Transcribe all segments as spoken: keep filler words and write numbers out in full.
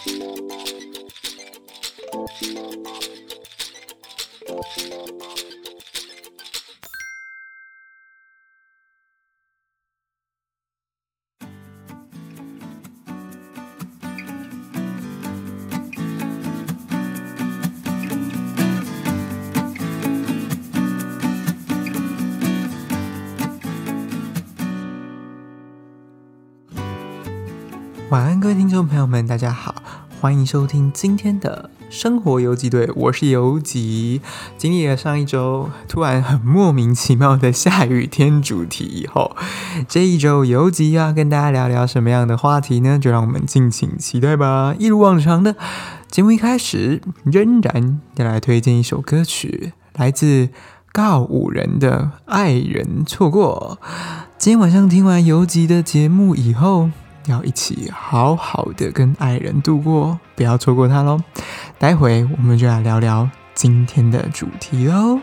晚安，各位听众朋友们，大家好，欢迎收听今天的生活游击队，我是游击。经历了上一周突然很莫名其妙的下雨天主题以后，这一周游击要跟大家聊聊什么样的话题呢？就让我们敬请期待吧。一如往常的节目一开始，仍然要来推荐一首歌曲，来自告五人的《爱人错过》。今天晚上听完游击的节目以后，要一起好好的跟爱人度过，不要错过他咯。待会我们就来聊聊今天的主题咯。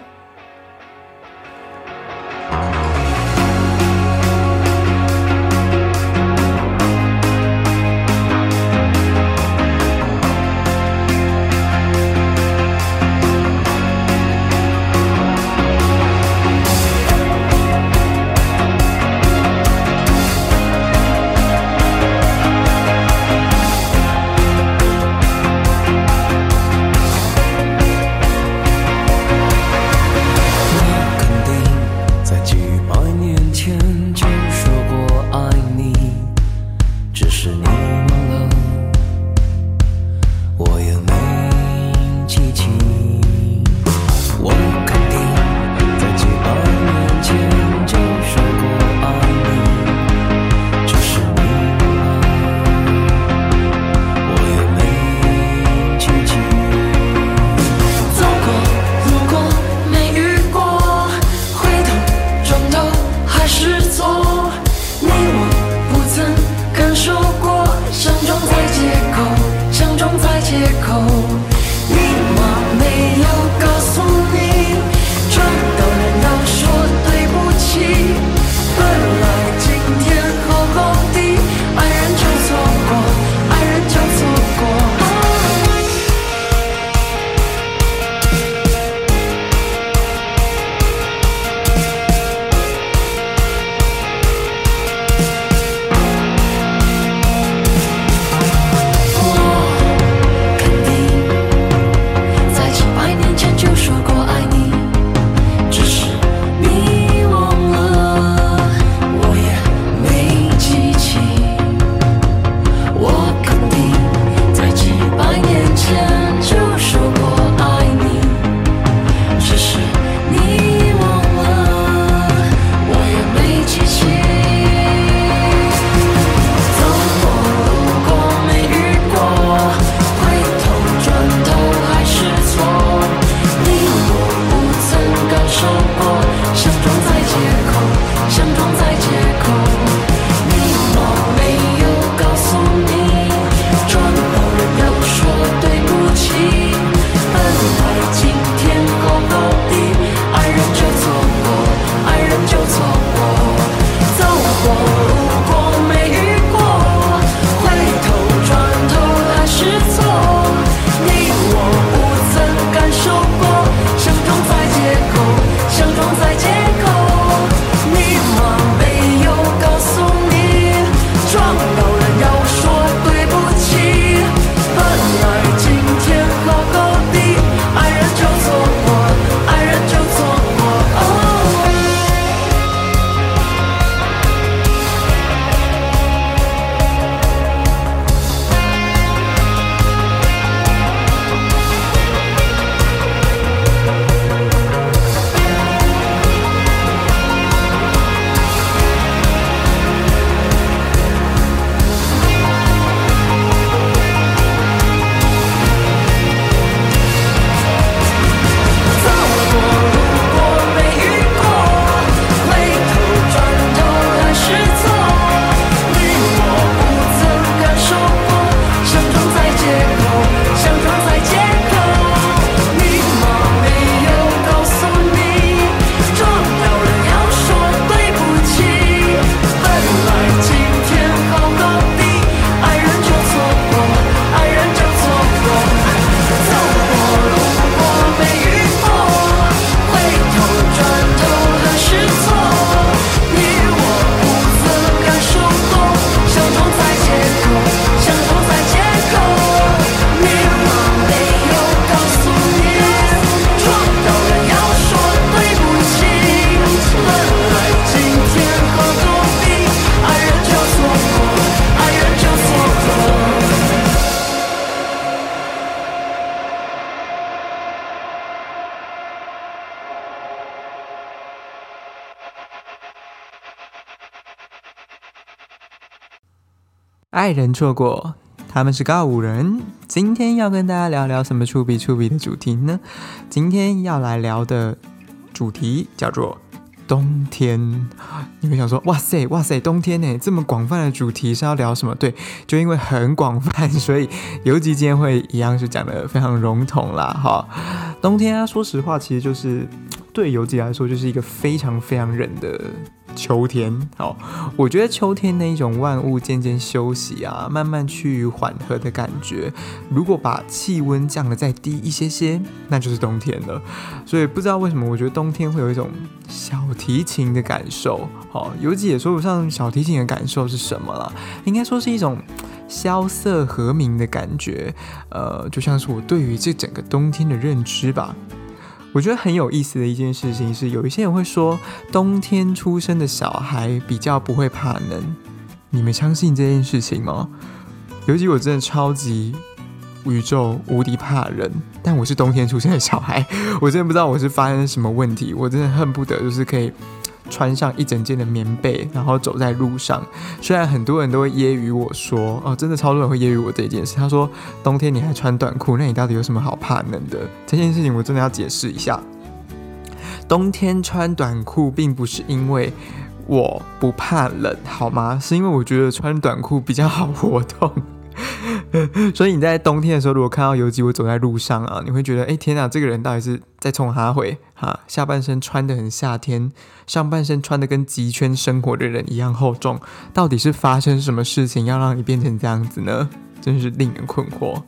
爱人错过，他们是告五人。今天要跟大家聊聊什么触笔触笔的主题呢？今天要来聊的主题叫做冬天。你会想说，哇塞哇塞，冬天呢，这么广泛的主题是要聊什么？对，就因为很广泛，所以游记今天会一样是讲的非常笼统啦。哈，冬天啊，说实话，其实就是对游记来说，就是一个非常非常冷的秋天。好，我觉得秋天那一种万物渐渐休息啊，慢慢趋于缓和的感觉，如果把气温降得再低一些些，那就是冬天了。所以不知道为什么，我觉得冬天会有一种小提琴的感受。好，游记也说不上小提琴的感受是什么啦，应该说是一种萧瑟和鸣的感觉。呃，就像是我对于这整个冬天的认知吧。我觉得很有意思的一件事情是，有一些人会说冬天出生的小孩比较不会怕冷，你们相信这件事情吗？尤其我真的超级宇宙无敌怕冷，但我是冬天出生的小孩，我真的不知道我是发生什么问题，我真的恨不得就是可以穿上一整件的棉被，然后走在路上。虽然很多人都会揶揄我说，哦，真的超多人会揶揄我这件事。他说，冬天你还穿短裤，那你到底有什么好怕冷的？这件事情我真的要解释一下。冬天穿短裤并不是因为我不怕冷，好吗？是因为我觉得穿短裤比较好活动。所以你在冬天的时候，如果看到游记我走在路上啊，你会觉得，哎，天哪，这个人到底是在冲哈回哈？下半身穿得很夏天，上半身穿得跟极圈生活的人一样厚重，到底是发生什么事情要让你变成这样子呢？真是令人困惑。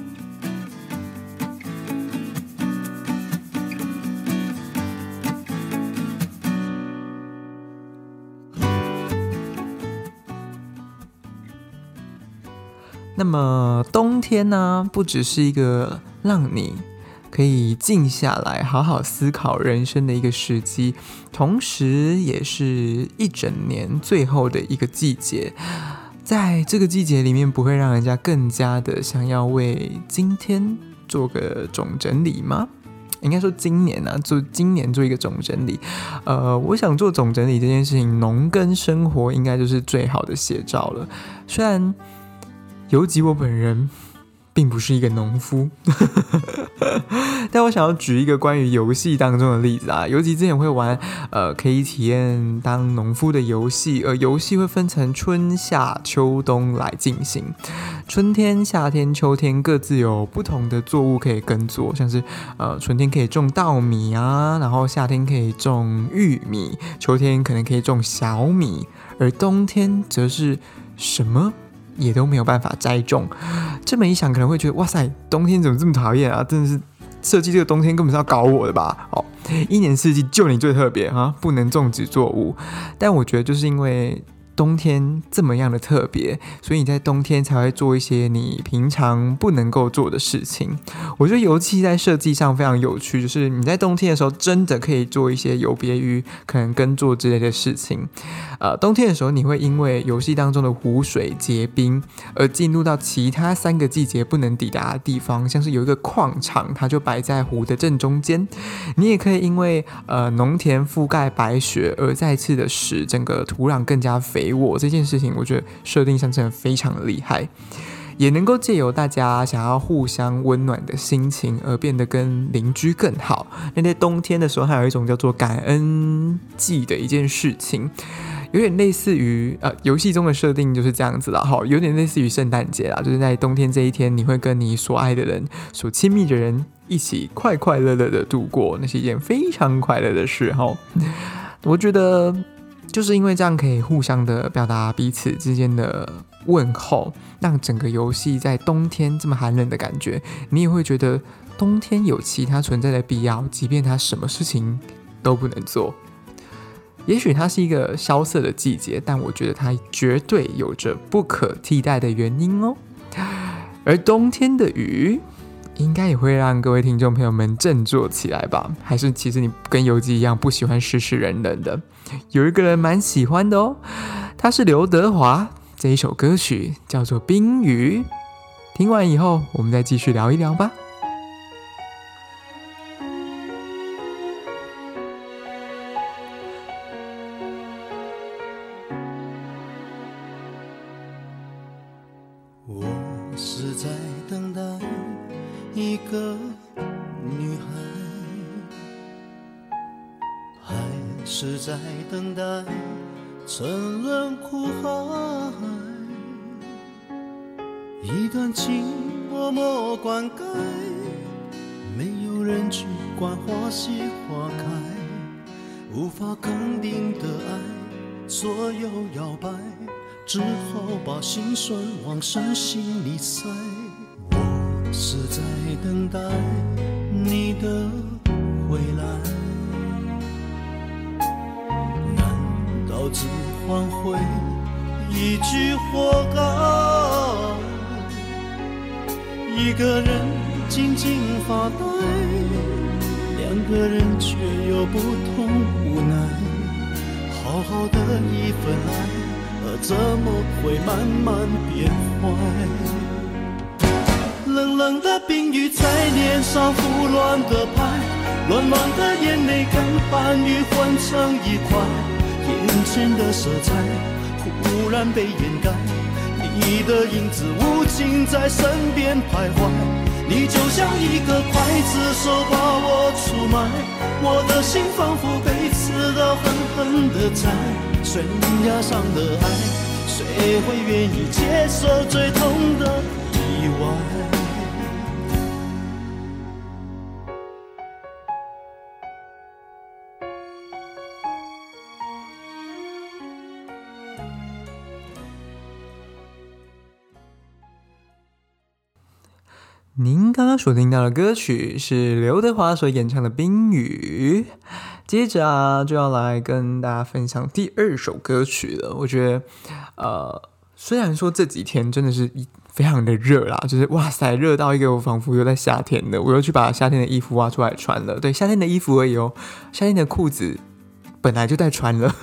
那么冬天呢，不只是一个让你可以静下来好好思考人生的一个时机，同时也是一整年最后的一个季节。在这个季节里面，不会让人家更加的想要为今天做个总整理吗？应该说今年啊，做今年做一个总整理。呃，我想做总整理这件事情，农耕生活应该就是最好的写照了。虽然尤其我本人并不是一个农夫但我想要举一个关于游戏当中的例子啊。尤其之前会玩呃可以体验当农夫的游戏，而游戏会分成春夏秋冬来进行。春天夏天秋天各自有不同的作物可以耕作，像是呃春天可以种稻米啊，然后夏天可以种玉米，秋天可能可以种小米，而冬天则是什么也都没有办法栽种。这么一想可能会觉得，哇塞，冬天怎么这么讨厌啊，真的是设计这个冬天根本是要搞我的吧。哦，一年四季就你最特别啊，不能种植作物。但我觉得就是因为冬天这么样的特别，所以你在冬天才会做一些你平常不能够做的事情。我觉得游戏在设计上非常有趣，就是你在冬天的时候真的可以做一些有别于可能耕作之类的事情。呃，冬天的时候你会因为游戏当中的湖水结冰而进入到其他三个季节不能抵达的地方，像是有一个矿场，它就摆在湖的正中间。你也可以因为呃农田覆盖白雪而再次的使整个土壤更加肥沃，这件事情我觉得设定上真的非常的厉害，也能够借由大家想要互相温暖的心情而变得跟邻居更好。那在冬天的时候还有一种叫做感恩季的一件事情，有点类似于呃游戏中的设定就是这样子啦，好，有点类似于圣诞节啦，就是在冬天这一天，你会跟你所爱的人、所亲密的人一起快快乐乐的度过，那是一件非常快乐的事哈。我觉得就是因为这样可以互相的表达彼此之间的问候，让整个游戏在冬天这么寒冷的感觉，你也会觉得冬天有其他存在的必要，即便它什么事情都不能做。也许它是一个萧瑟的季节，但我觉得它绝对有着不可替代的原因哦。而冬天的雨应该也会让各位听众朋友们振作起来吧？还是其实你跟游记一样不喜欢湿湿冷冷的？有一个人蛮喜欢的哦，他是刘德华，这一首歌曲叫做《冰雨》。听完以后，我们再继续聊一聊吧。 是在等待一个女孩，还是在等待沉沦苦海？一段情默默灌溉，没有人去管花谢花开，无法肯定的爱左右摇摆，只好把心酸往深心里塞。我是在等待你的回来，难道只换回一句活该？一个人静静发呆，两个人却有不同无奈。好好的一份爱，怎么会慢慢变坏？冷冷的冰雨在脸上胡乱的拍，乱乱的眼泪跟寒雨混成一块，眼前的色彩忽然被掩盖，你的影子无情在身边徘徊，你就像一个刽子手把我出卖，我的心仿佛被刺刀狠狠地宰，悬崖上的爱，谁会愿意接受最痛的意外？ 您刚刚所听到的歌曲是刘德华所演唱的《冰雨》，接着啊就要来跟大家分享第二首歌曲了。我觉得，呃，虽然说这几天真的是非常的热啦，就是哇塞，热到一个我仿佛又在夏天了，我又去把夏天的衣服挖出来穿了。对，夏天的衣服而已哦，夏天的裤子本来就在穿了。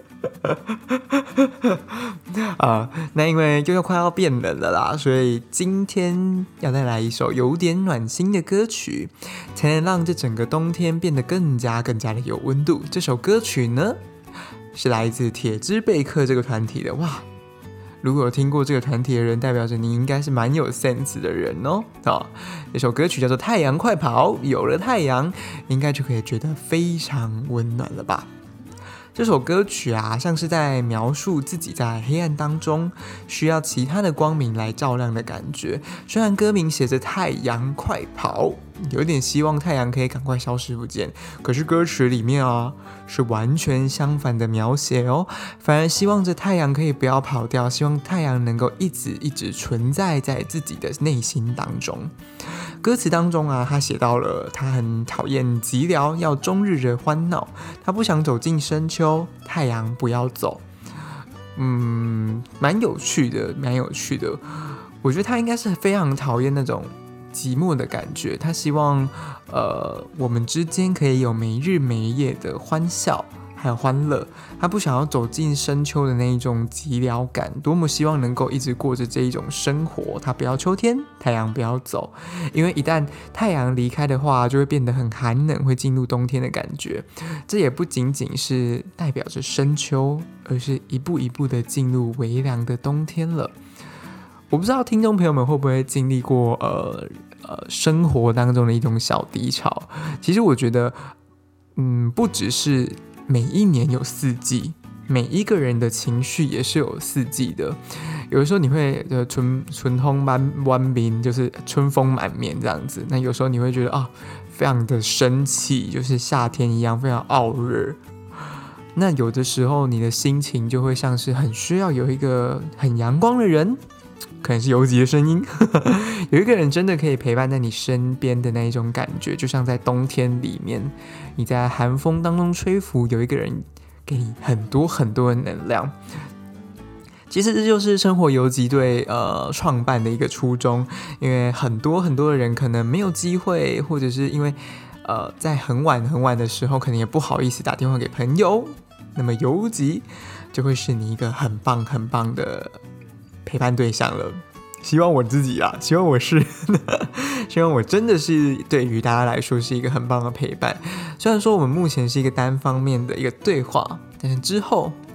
啊，那因为就要快要变冷了啦，所以今天要再来一首有点暖心的歌曲，才能让这整个冬天变得更加更加的有温度。这首歌曲呢，是来自铁之贝克这个团体的。哇，如果有听过这个团体的人，代表着你应该是蛮有 sense 的人哦。好，这首歌曲叫做《太阳快跑》，有了太阳，应该就可以觉得非常温暖了吧。这首歌曲啊，像是在描述自己在黑暗当中需要其他的光明来照亮的感觉。虽然歌名写着太阳快跑，有点希望太阳可以赶快消失不见，可是歌词里面啊是完全相反的描写哦，反而希望着太阳可以不要跑掉，希望太阳能够一直一直存在在自己的内心当中。歌词当中啊，他写到了他很讨厌寂寥，要终日的欢闹，他不想走进深秋，太阳不要走。嗯，蛮有趣的，蛮有趣的。我觉得他应该是非常讨厌那种寂寞的感觉，他希望呃我们之间可以有没日没夜的欢笑还有欢乐，他不想要走进深秋的那一种寂寥感，多么希望能够一直过着这一种生活。他不要秋天，太阳不要走，因为一旦太阳离开的话，就会变得很寒冷，会进入冬天的感觉。这也不仅仅是代表着深秋，而是一步一步的进入微凉的冬天了。我不知道听众朋友们会不会经历过呃呃生活当中的一种小低潮。其实我觉得，嗯，不只是每一年有四季，每一个人的情绪也是有四季的。有的时候你会呃春春风满满面，就是春风满面这样子。那有时候你会觉得啊，非常的生气，就是夏天一样非常傲热。那有的时候你的心情就会像是很需要有一个很阳光的人，可能是游击的声音有一个人真的可以陪伴在你身边的那一种感觉，就像在冬天里面，你在寒风当中吹拂，有一个人给你很多很多的能量。其实这就是生活游击队呃创办的一个初衷，因为很多很多的人可能没有机会，或者是因为呃在很晚很晚的时候，可能也不好意思打电话给朋友，那么游击就会是你一个很棒很棒的陪伴对象了。希望我自己啊，希望我是希望我真的是对于大家来说是一个很棒的陪伴。虽然说我们目前是一个单方面的一个对话，但是之后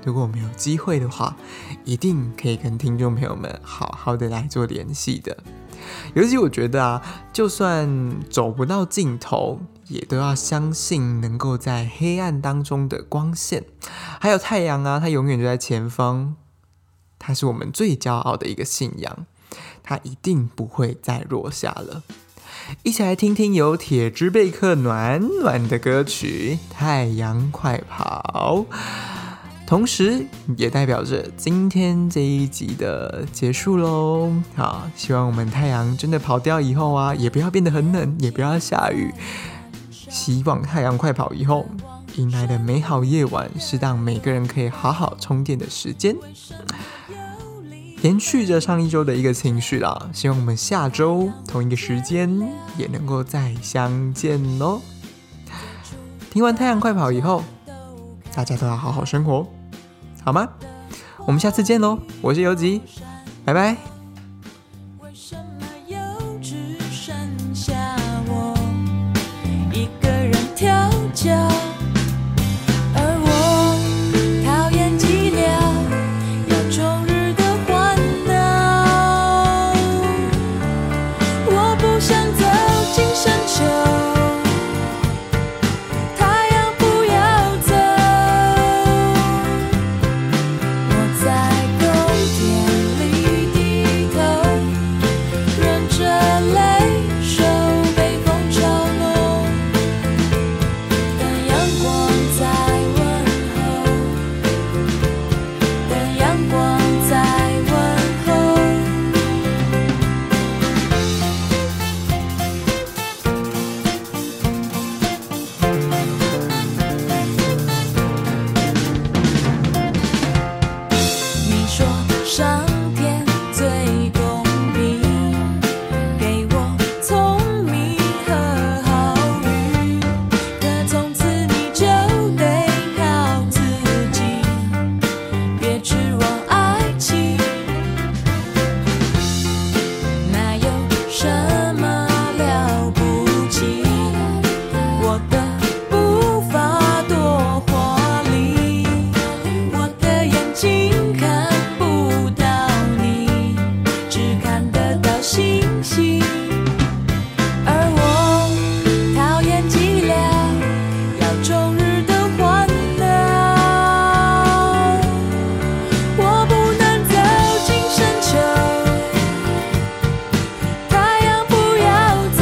如果我们有机会的话，一定可以跟听众朋友们好好的来做联系的。尤其我觉得啊，就算走不到尽头，也都要相信能够在黑暗当中的光线，还有太阳啊，它永远就在前方，它是我们最骄傲的一个信仰，它一定不会再落下了。一起来听听由铁之贝克暖暖的歌曲《太阳快跑》，同时也代表着今天这一集的结束咯。好，希望我们太阳真的跑掉以后啊，也不要变得很冷，也不要下雨。希望太阳快跑以后，迎来的美好夜晚是让每个人可以好好充电的时间。延续着上一周的一个情绪啦，希望我们下周同一个时间也能够再相见咯。听完太阳快跑以后，大家都要好好生活，好吗？我们下次见咯，我是游吉，拜拜。 为什么又只剩下我一个人跳脚？而我讨厌寂寥，要终日的欢闹。我不想走进深秋，太阳不要走。我在冬天里低头，忍着泪受北风嘲弄，等阳光在问候，等阳光在问候。你说上天最公平，给我聪明和好运，可从此你就得靠自己，别指望爱情。哪有什么了不起？我的步伐多华丽，我的眼睛看不到你，只看得到星星。而我讨厌寂寥，要终日的欢闹。我不能走进深秋，太阳不要走。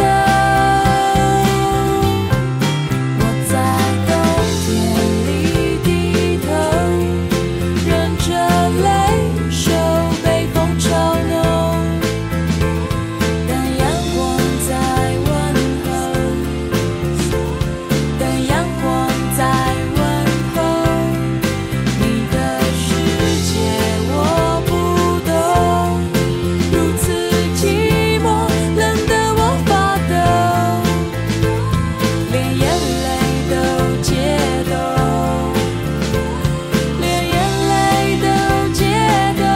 我在冬天里低头，忍着泪受北风嘲弄，等阳光在问候，等阳光在问候。你的世界我不懂，如此寂寞，冷得我发抖，连眼泪都解冻，连眼泪都解冻。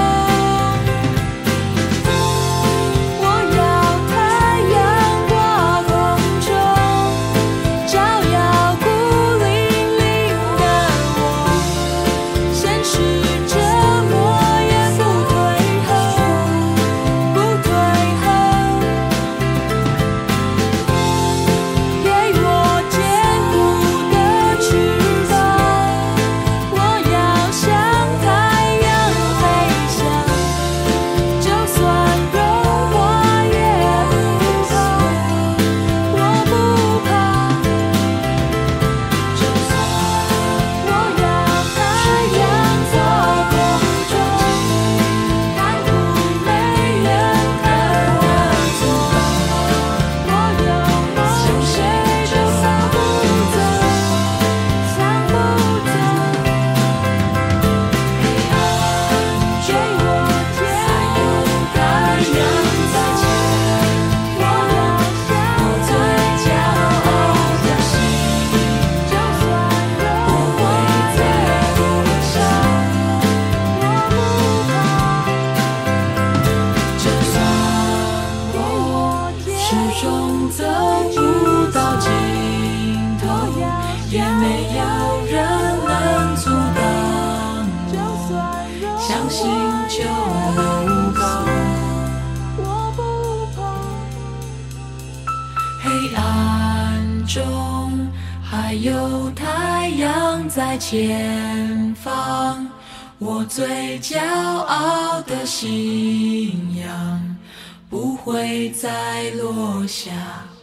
我要太阳挂空中，照耀孤零零的我，现实折磨也不退后，不退后。给我坚固的翅膀，我要向太阳飞翔，就算融化也不怕，我不怕。我要太阳做空中，看不没人看得错。我有梦，谁都抢不走，抢不走。黑暗给我天空太阳在前，我要向最骄傲的心，就算融化在路上，我不怕。就算我始终走不到尽头，也没有人能阻挡星球不高， 我不怕。 黑暗中还有太阳在前方，我最骄傲的信仰不会再落下。